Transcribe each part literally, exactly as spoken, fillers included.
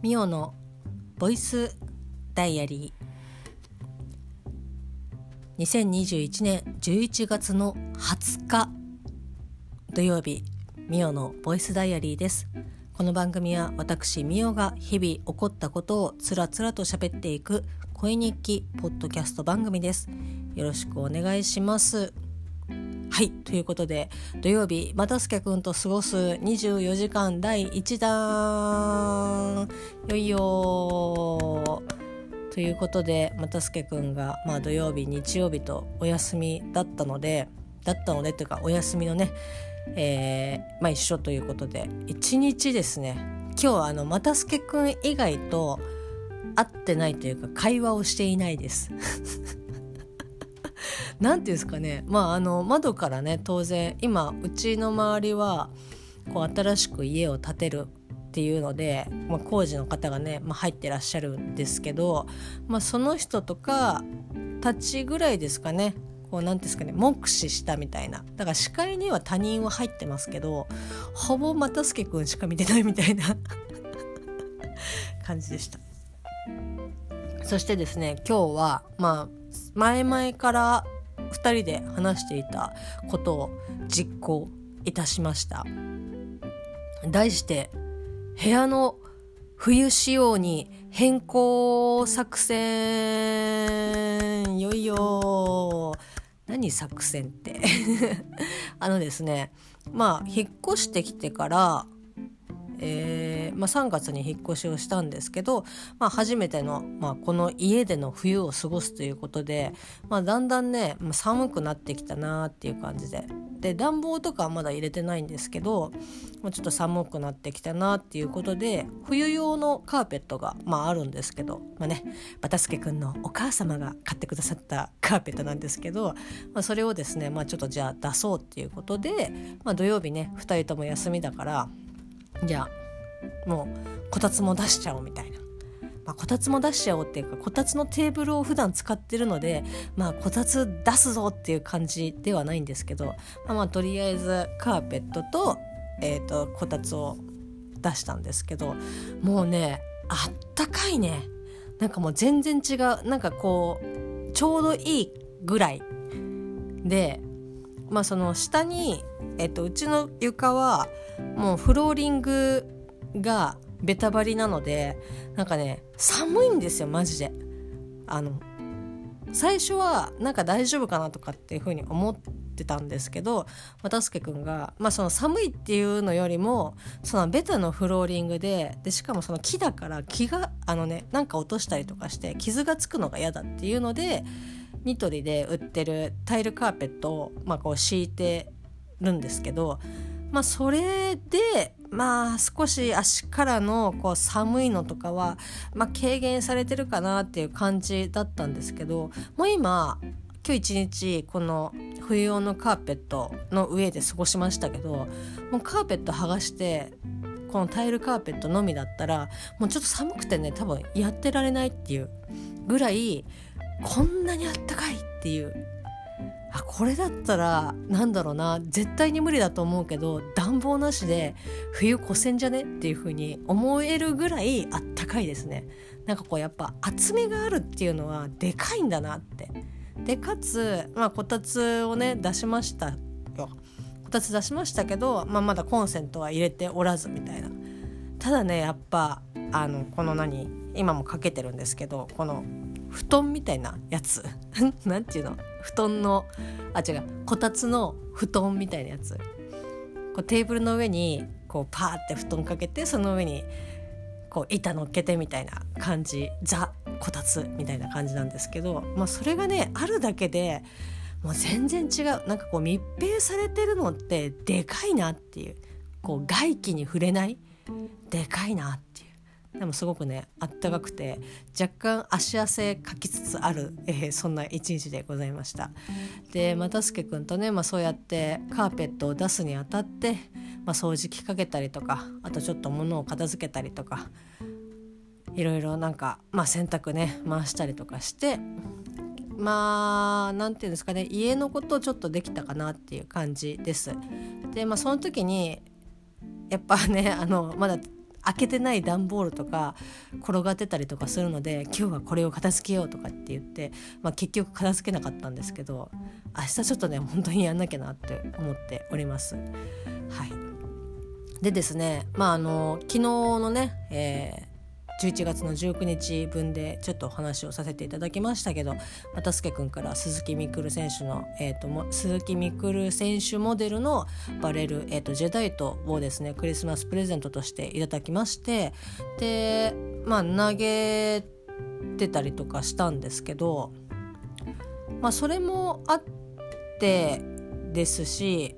ミオのボイスダイアリー。にせんにじゅういちねんじゅういちがつのはつか土曜日、ミオのボイスダイアリーです。この番組は私ミオが日々起こったことをつらつらと喋っていく声日記ポッドキャスト番組です。よろしくお願いします。はい、ということで土曜日またすけくんと過ごすにじゅうよじかんだいいちだんよいよということで、またすけくんが、まあ、土曜日日曜日とお休みだったのでだったのでというかお休みのね、えーまあ、一緒ということで一日ですね、今日はあのまたすけくん以外と会ってないというか会話をしていないですなんていうんですかね、まあ、あの窓からね、当然今うちの周りはこう新しく家を建てるっていうので、まあ、工事の方がね、まあ、入ってらっしゃるんですけど、まあ、その人とかたちぐらいですかね、こうなんていうんですかね、目視したみたいな。だから視界には他人は入ってますけど、ほぼまたすけくんしか見てないみたいな感じでした。そしてですね、今日はまあ前々からふたりで話していたことを実行いたしました。題して部屋の冬仕様に変更作戦。よいよ。何作戦ってあのですね、まあ引っ越してきてからえーまあ、さんがつに引っ越しをしたんですけど、まあ、初めての、まあ、この家での冬を過ごすということで、まあ、だんだんね、まあ、寒くなってきたなっていう感じで、で暖房とかはまだ入れてないんですけど、まあ、ちょっと寒くなってきたなっていうことで冬用のカーペットが、まあ、あるんですけど、まあね、バタスケくんのお母様が買ってくださったカーペットなんですけど、まあ、それをですね、まあ、ちょっとじゃあ出そうっていうことで、まあ、土曜日ねふたりとも休みだからじゃあもうこたつも出しちゃおうみたいな、まあ、こたつも出しちゃおうっていうかこたつのテーブルを普段使ってるので、まあこたつ出すぞっていう感じではないんですけど、まあ、まあとりあえずカーペットと、えーとこたつを出したんですけど、もうねあったかいね。なんかもう全然違う、なんかこうちょうどいいぐらいで、まあその下に、えっと、うちの床はもうフローリングがベタ張りなので、なんかね寒いんですよマジで。あの最初はなんか大丈夫かなとかっていう風に思ってたんですけど、またすけくんが、まあ、その寒いっていうのよりもそのベタのフローリング で, でしかもその木だから木があのねなんか落としたりとかして傷がつくのが嫌だっていうのでニトリで売ってるタイルカーペットを、まあ、こう敷いてるんですけど、まあ、それでまあ少し足からのこう寒いのとかは、まあ、軽減されてるかなっていう感じだったんですけど、もう今今日一日この冬用のカーペットの上で過ごしましたけど、もうカーペット剥がしてこのタイルカーペットのみだったらもうちょっと寒くてね多分やってられないっていうぐらいこんなにあったかいっていう、あこれだったらなんだろうな、絶対に無理だと思うけど暖房なしで冬越せんじゃねっていう風に思えるぐらいあったかいですね。なんかこうやっぱ厚みがあるっていうのはでかいんだなって。でかつ、まあ、こたつをね出しましたよ。こたつ出しましたけど、まあ、まだコンセントは入れておらずみたいな。ただねやっぱあのこの何今もかけてるんですけど、この布団みたいなやつなんていうの、布団のあ違うこたつの布団みたいなやつ、こうテーブルの上にこうパーって布団かけてその上にこう板乗っけてみたいな感じ、ザこたつみたいな感じなんですけど、まあ、それがねあるだけでもう全然違う。なんかこう密閉されてるのってでかいなっていう、こう外気に触れないでかいなっていう。でもすごくねあったかくて若干足汗かきつつある、えー、そんな一日でございました。でまたすけくんとね、まあ、そうやってカーペットを出すにあたって、まあ、掃除機かけたりとか、あとちょっと物を片付けたりとかいろいろなんか、まあ、洗濯ね回したりとかして、まあなんていうんですかね、家のことをちょっとできたかなっていう感じです。でまあその時にやっぱねあのまだ開けてない段ボールとか転がってたりとかするので、今日はこれを片付けようとかって言って、まあ、結局片付けなかったんですけど、明日ちょっとね本当にやんなきゃなって思っております。はい。でですね、まああの昨日のね、えーじゅういちがつのじゅうくにちぶんでちょっとお話をさせていただきましたけど、またすけくんから鈴木みくる選手の、えー、とも鈴木みくる選手モデルのバレル、えー、とジェダイトをですねクリスマスプレゼントとしていただきまして、でまあ投げてたりとかしたんですけど、まあそれもあってですし、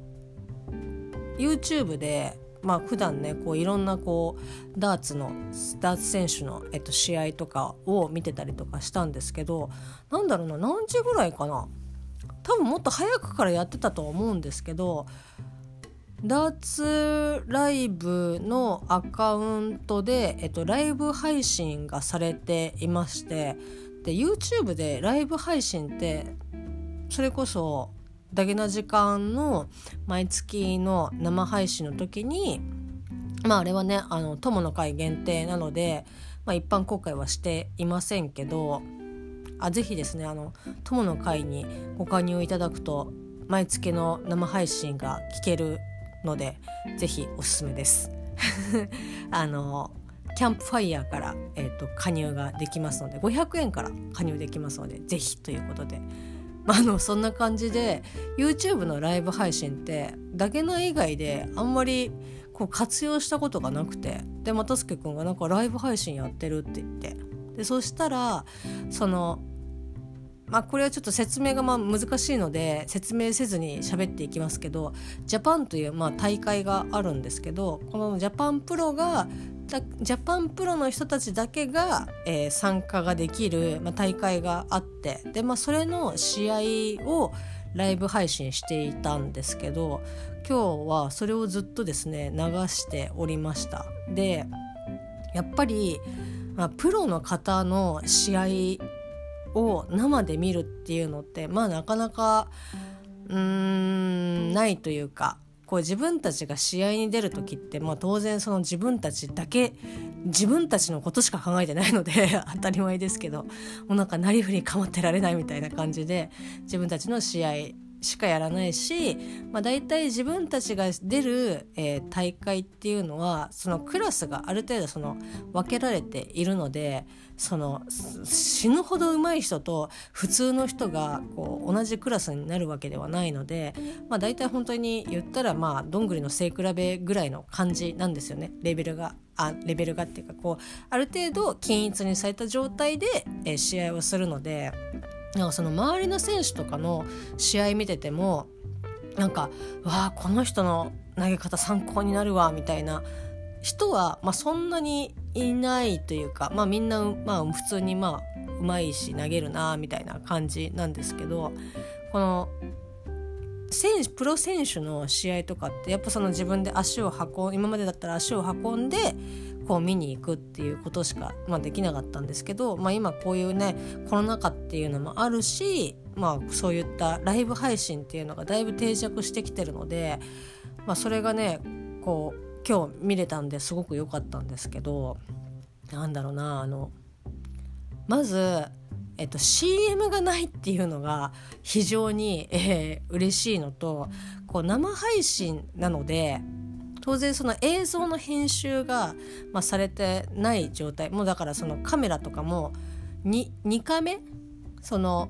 YouTube でまあ普段ねこういろんなこうダーツのダーツ選手の、えっと、試合とかを見てたりとかしたんですけど、なんだろうな、何時ぐらいかな、多分もっと早くからやってたとは思うんですけど、ダーツライブのアカウントで、えっと、ライブ配信がされていまして、で YouTube でライブ配信ってそれこそダゲな時間の毎月の生配信の時に、まああれはねあの友の会限定なので、まあ、一般公開はしていませんけど、あぜひですねあの友の会にご加入いただくと毎月の生配信が聞けるので、ぜひおすすめですあのキャンプファイヤーから、えーと、加入ができますので、ごひゃくえんから加入できますので、ぜひということで、あのそんな感じで YouTube のライブ配信ってダゲナ以外であんまりこう活用したことがなくて、でまたすけくんがなんかライブ配信やってるって言って、でそしたらそのまあこれはちょっと説明がまあ難しいので説明せずに喋っていきますけど、ジャパンというまあ大会があるんですけど、このジャパンプロがジャパンプロの人たちだけが、えー、参加ができる、まあ、大会があって、で、まあ、それの試合をライブ配信していたんですけど、今日はそれをずっとですね流しておりました。でやっぱり、まあ、プロの方の試合を生で見るっていうのってまあなかなかうーんないというか、こう自分たちが試合に出る時って、まあ、当然その自分たちだけ自分たちのことしか考えてないので当たり前ですけど、もうなんかなりふり構ってられないみたいな感じで自分たちの試合しかやらないし、まあ、大体自分たちが出る、えー、大会っていうのはそのクラスがある程度その分けられているので、その死ぬほど上手い人と普通の人がこう同じクラスになるわけではないので、まあ、大体本当に言ったらまあどんぐりの背比べぐらいの感じなんですよね、レベルがあレベルがっていうか、こうある程度均一にされた状態で、えー、試合をするので、なんかその周りの選手とかの試合見ててもなんかわあこの人の投げ方参考になるわみたいな人は、まあ、そんなにいないというか、まあ、みんな、まあ、普通にまあうまいし投げるなみたいな感じなんですけど、この選手プロ選手の試合とかってやっぱその自分で足を運ん今までだったら足を運んでこう見に行くっていうことしか、まあ、できなかったんですけど、まあ、今こういうねコロナ禍っていうのもあるし、まあ、そういったライブ配信っていうのがだいぶ定着してきてるので、まあ、それがねこう今日見れたんですごく良かったんですけど、なんだろうなあのまずえっと、シーエム がないっていうのが非常に、えー、嬉しいのと、こう生配信なので当然その映像の編集が、まあ、されてない状態、もうだからそのカメラとかも 2, 2カメその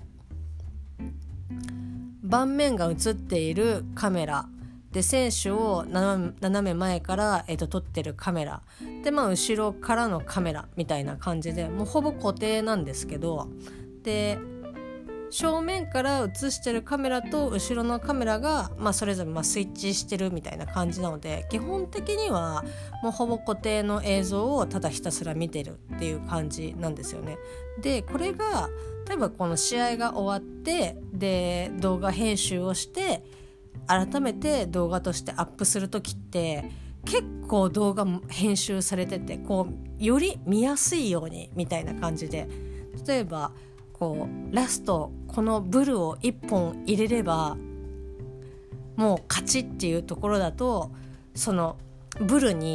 盤面が映っているカメラで選手を斜め前から、えー、と撮ってるカメラで、まあ、後ろからのカメラみたいな感じでもうほぼ固定なんですけど、で正面から映してるカメラと後ろのカメラが、まあ、それぞれまあスイッチしてるみたいな感じなので、基本的にはもうほぼ固定の映像をただひたすら見てるっていう感じなんですよね。でこれが例えばこの試合が終わってで動画編集をして改めて動画としてアップするときって結構動画編集されててこうより見やすいようにみたいな感じで、例えばこうラストこのブルをいっぽん入れればもう勝ちっていうところだと、そのブルに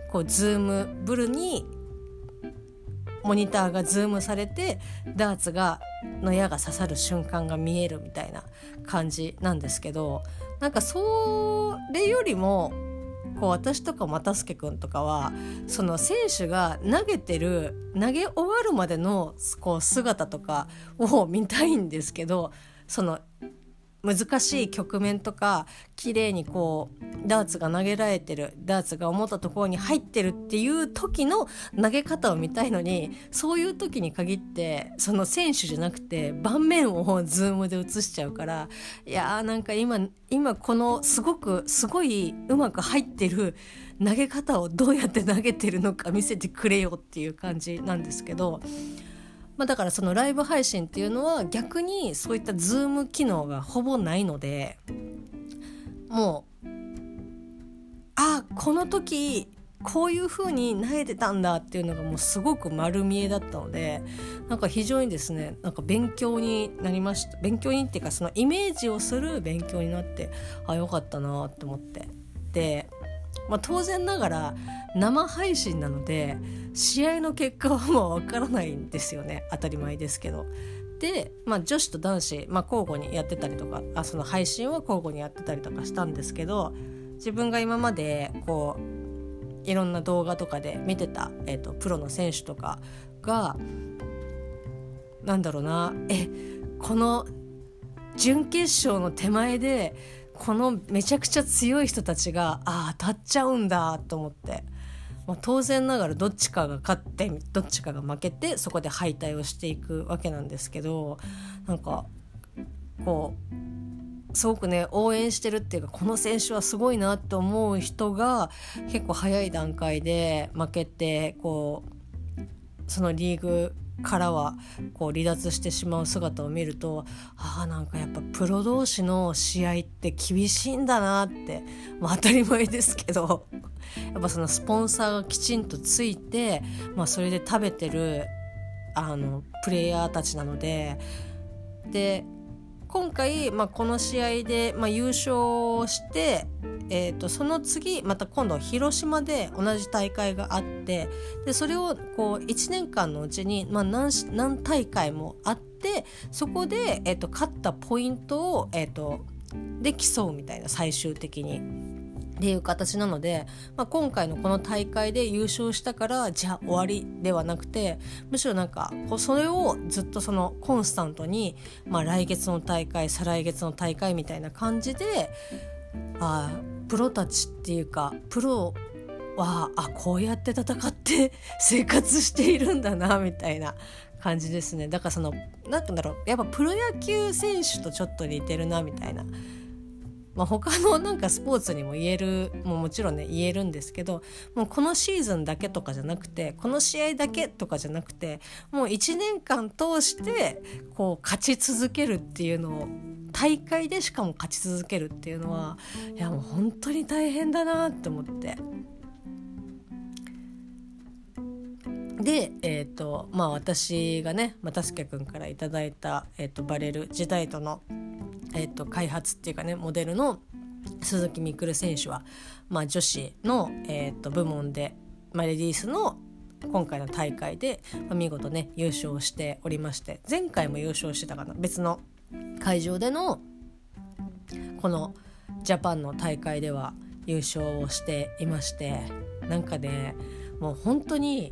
こうズームブルにモニターがズームされてダーツがの矢が刺さる瞬間が見えるみたいな感じなんですけど、なんかそれよりもこう私とか又助くんとかはその選手が投げてる投げ終わるまでのこう姿とかを見たいんですけど、その難しい局面とか綺麗にこうダーツが投げられてる、ダーツが思ったところに入ってるっていう時の投げ方を見たいのに、そういう時に限ってその選手じゃなくて盤面をズームで映しちゃうから、いやーなんか今今このすごくすごいうまく入ってる投げ方をどうやって投げてるのか見せてくれよっていう感じなんですけど、まあ、だからそのライブ配信っていうのは逆にそういったズーム機能がほぼないので、もうあこの時こういう風に投げてたんだっていうのがもうすごく丸見えだったので、なんか非常にですねなんか勉強になりました。勉強にっていうかそのイメージをする勉強になって、あよかったなって思って、で、まあ、当然ながら生配信なので試合の結果はもうわからないんですよね、当たり前ですけど。で、まあ、女子と男子、まあ、交互にやってたりとか、あその配信は交互にやってたりとかしたんですけど、自分が今までこういろんな動画とかで見てた、えーと、プロの選手とかがなんだろうなえこの準決勝の手前でこのめちゃくちゃ強い人たちがあ当たっちゃうんだと思って、まあ、当然ながらどっちかが勝ってどっちかが負けてそこで敗退をしていくわけなんですけど、なんかこうすごくね応援してるっていうか、この選手はすごいなと思う人が結構早い段階で負けてこうそのリーグからはこう離脱してしまう姿を見ると、ああなんかやっぱプロ同士の試合って厳しいんだなって、まあ、当たり前ですけどやっぱそのスポンサーがきちんとついて、まあ、それで食べてるあのプレイヤーたちなので、で今回、まあ、この試合で、まあ、優勝して、えーと、その次また今度広島で同じ大会があって、でそれをこういちねんかんのうちに、まあ、何, 何大会もあって、そこで、えーと、勝ったポイントを、えーと、で競うみたいな、最終的にっていう形なので、まあ、今回のこの大会で優勝したからじゃあ終わりではなくて、むしろなんかこうそれをずっとそのコンスタントに、まあ、来月の大会再来月の大会みたいな感じで、あプロたちっていうかプロはあこうやって戦って生活しているんだなみたいな感じですね。だからそのなんだろう、やっぱプロ野球選手とちょっと似てるなみたいな、まあ、他のなんかスポーツにも言えるももちろんね言えるんですけど、もうこのシーズンだけとかじゃなくて、この試合だけとかじゃなくて、もういちねんかん通してこう勝ち続けるっていうのを、大会でしかも勝ち続けるっていうのは、いやもう本当に大変だなって思って、で、えーとまあ、私がね又助くんからいただいた、えーとバレルジダイトのえー、と開発っていうかねモデルの鈴木みくる選手は、まあ、女子の、えー、と部門で、まあ、レディースの今回の大会で、まあ、見事ね優勝しておりまして、前回も優勝してたかな、別の会場でのこのジャパンの大会では優勝をしていまして、なんかねもう本当に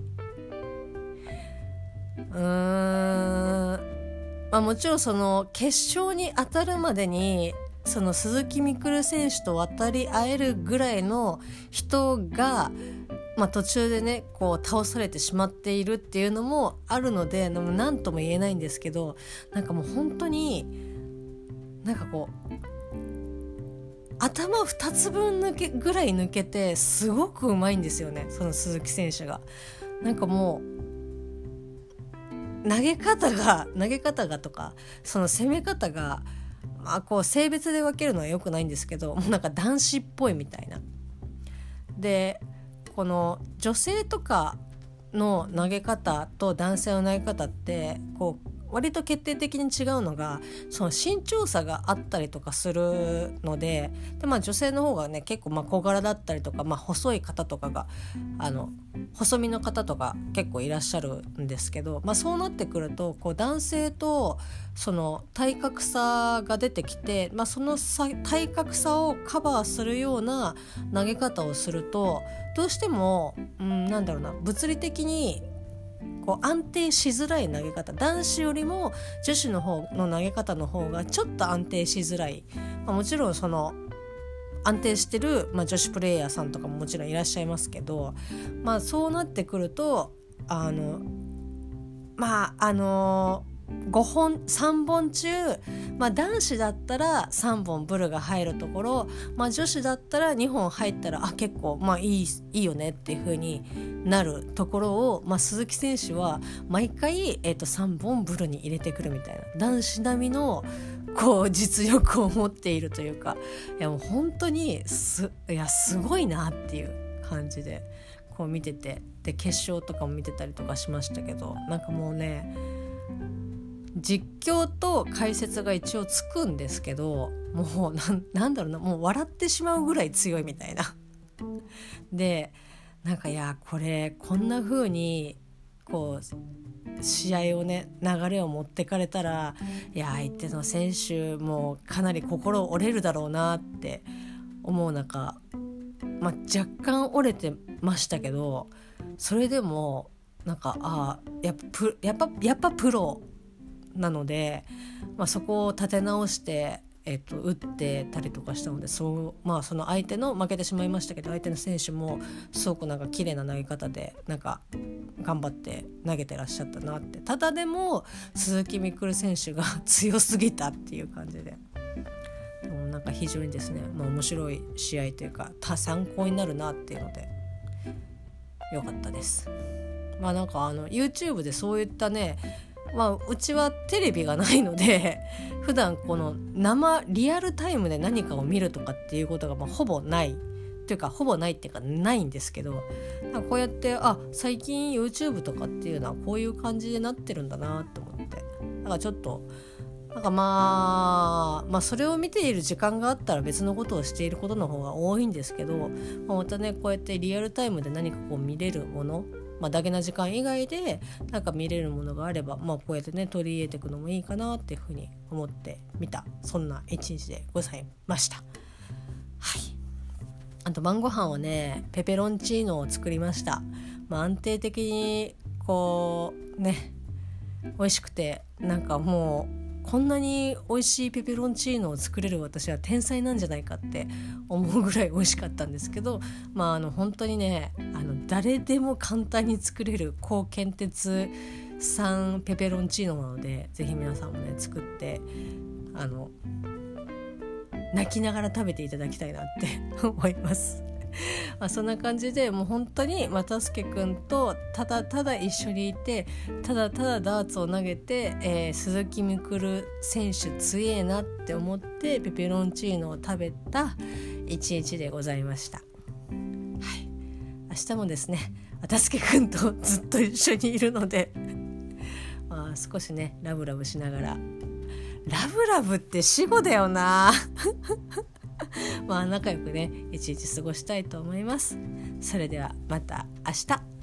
うーんまあ、もちろんその決勝に当たるまでにその鈴木みくる選手と渡り合えるぐらいの人が、まあ、途中でねこう倒されてしまっているっていうのもあるので、何とも言えないんですけど、なんかもう本当になんかこう頭ふたつぶん抜けぐらい抜けてすごくうまいんですよね、その鈴木選手が。なんかもう投げ方が投げ方がとかその攻め方が、まあ、こう性別で分けるのは良くないんですけど、もうなんか男子っぽいみたいな。でこの女性とかの投げ方と男性の投げ方ってこう割と決定的に違うのがその身長差があったりとかするので、で、まあ、女性の方がね結構まあ小柄だったりとか、まあ、細い方とかがあの細身の方とか結構いらっしゃるんですけど、まあ、そうなってくるとこう男性とその体格差が出てきて、まあ、その差体格差をカバーするような投げ方をするとどうしても、うん、なんだろうな物理的にこう安定しづらい投げ方、男子よりも女子の方の投げ方の方がちょっと安定しづらい、まあ、もちろんその安定してる、まあ、女子プレイヤーさんとかももちろんいらっしゃいますけど、まあ、そうなってくるとあのまああのごほんさんぼん中、まあ、男子だったらさんぼんブルが入るところ、まあ、女子だったらにほん入ったらあ結構まあいい、いいよねっていう風になるところを、まあ、鈴木選手は毎回、えーと、さんぼんブルに入れてくるみたいな男子並みのこう実力を持っているというか、いやもう本当にすいやすごいなっていう感じでこう見てて、で決勝とかも見てたりとかしましたけど、なんかもうね実況と解説が一応つくんですけど、もう な, なんだろうなもう笑ってしまうぐらい強いみたいなでなんかいやこれこんな風にこう試合をね流れを持ってかれたらいや相手の選手もかなり心折れるだろうなって思う中、まあ、若干折れてましたけど、それでもなんかあやっぱプやっぱやっぱプロなので、まあ、そこを立て直して、えっと、打ってたりとかしたので、そう、まあ、その相手の負けてしまいましたけど相手の選手もすごくなんか綺麗な投げ方でなんか頑張って投げてらっしゃったなって。ただでも鈴木みくる選手が強すぎたっていう感じで、でもなんか非常にですね、まあ、面白い試合というか参考になるなっていうのでよかったです。まあなんかあの YouTube でそういったね、まあ、うちはテレビがないので普段この生リアルタイムで何かを見るとかっていうことがまあほぼないっていうかほぼないっていうかないんですけど、なんかこうやってあ最近 YouTube とかっていうのはこういう感じでなってるんだなと思って、なんかちょっとなんかまあまあそれを見ている時間があったら別のことをしていることの方が多いんですけど、まあ、またねこうやってリアルタイムで何かこう見れるもの、まあ、だけな時間以外でなんか見れるものがあれば、まあ、こうやってね取り入れていくのもいいかなっていうふうに思ってみた、そんな一日でございました。はい。あと晩ご飯はねペペロンチーノを作りました。まあ、安定的にこうね美味しくて、なんかもうこんなに美味しいペペロンチーノを作れる私は天才なんじゃないかって思うぐらい美味しかったんですけど、まああの本当にねあの誰でも簡単に作れる高健鉄産ペペロンチーノなので、ぜひ皆さんもね作ってあの泣きながら食べていただきたいなって思いますまあそんな感じでもう本当に又助くんとただただ一緒にいてただただダーツを投げて、えー、鈴木みくる選手強えなって思ってペペロンチーノを食べた一日でございました。はい、明日もですね又助くんとずっと一緒にいるのでまあ少しねラブラブしながら、ラブラブって死語だよなまあ仲良くね一日過ごしたいと思います。それではまた明日。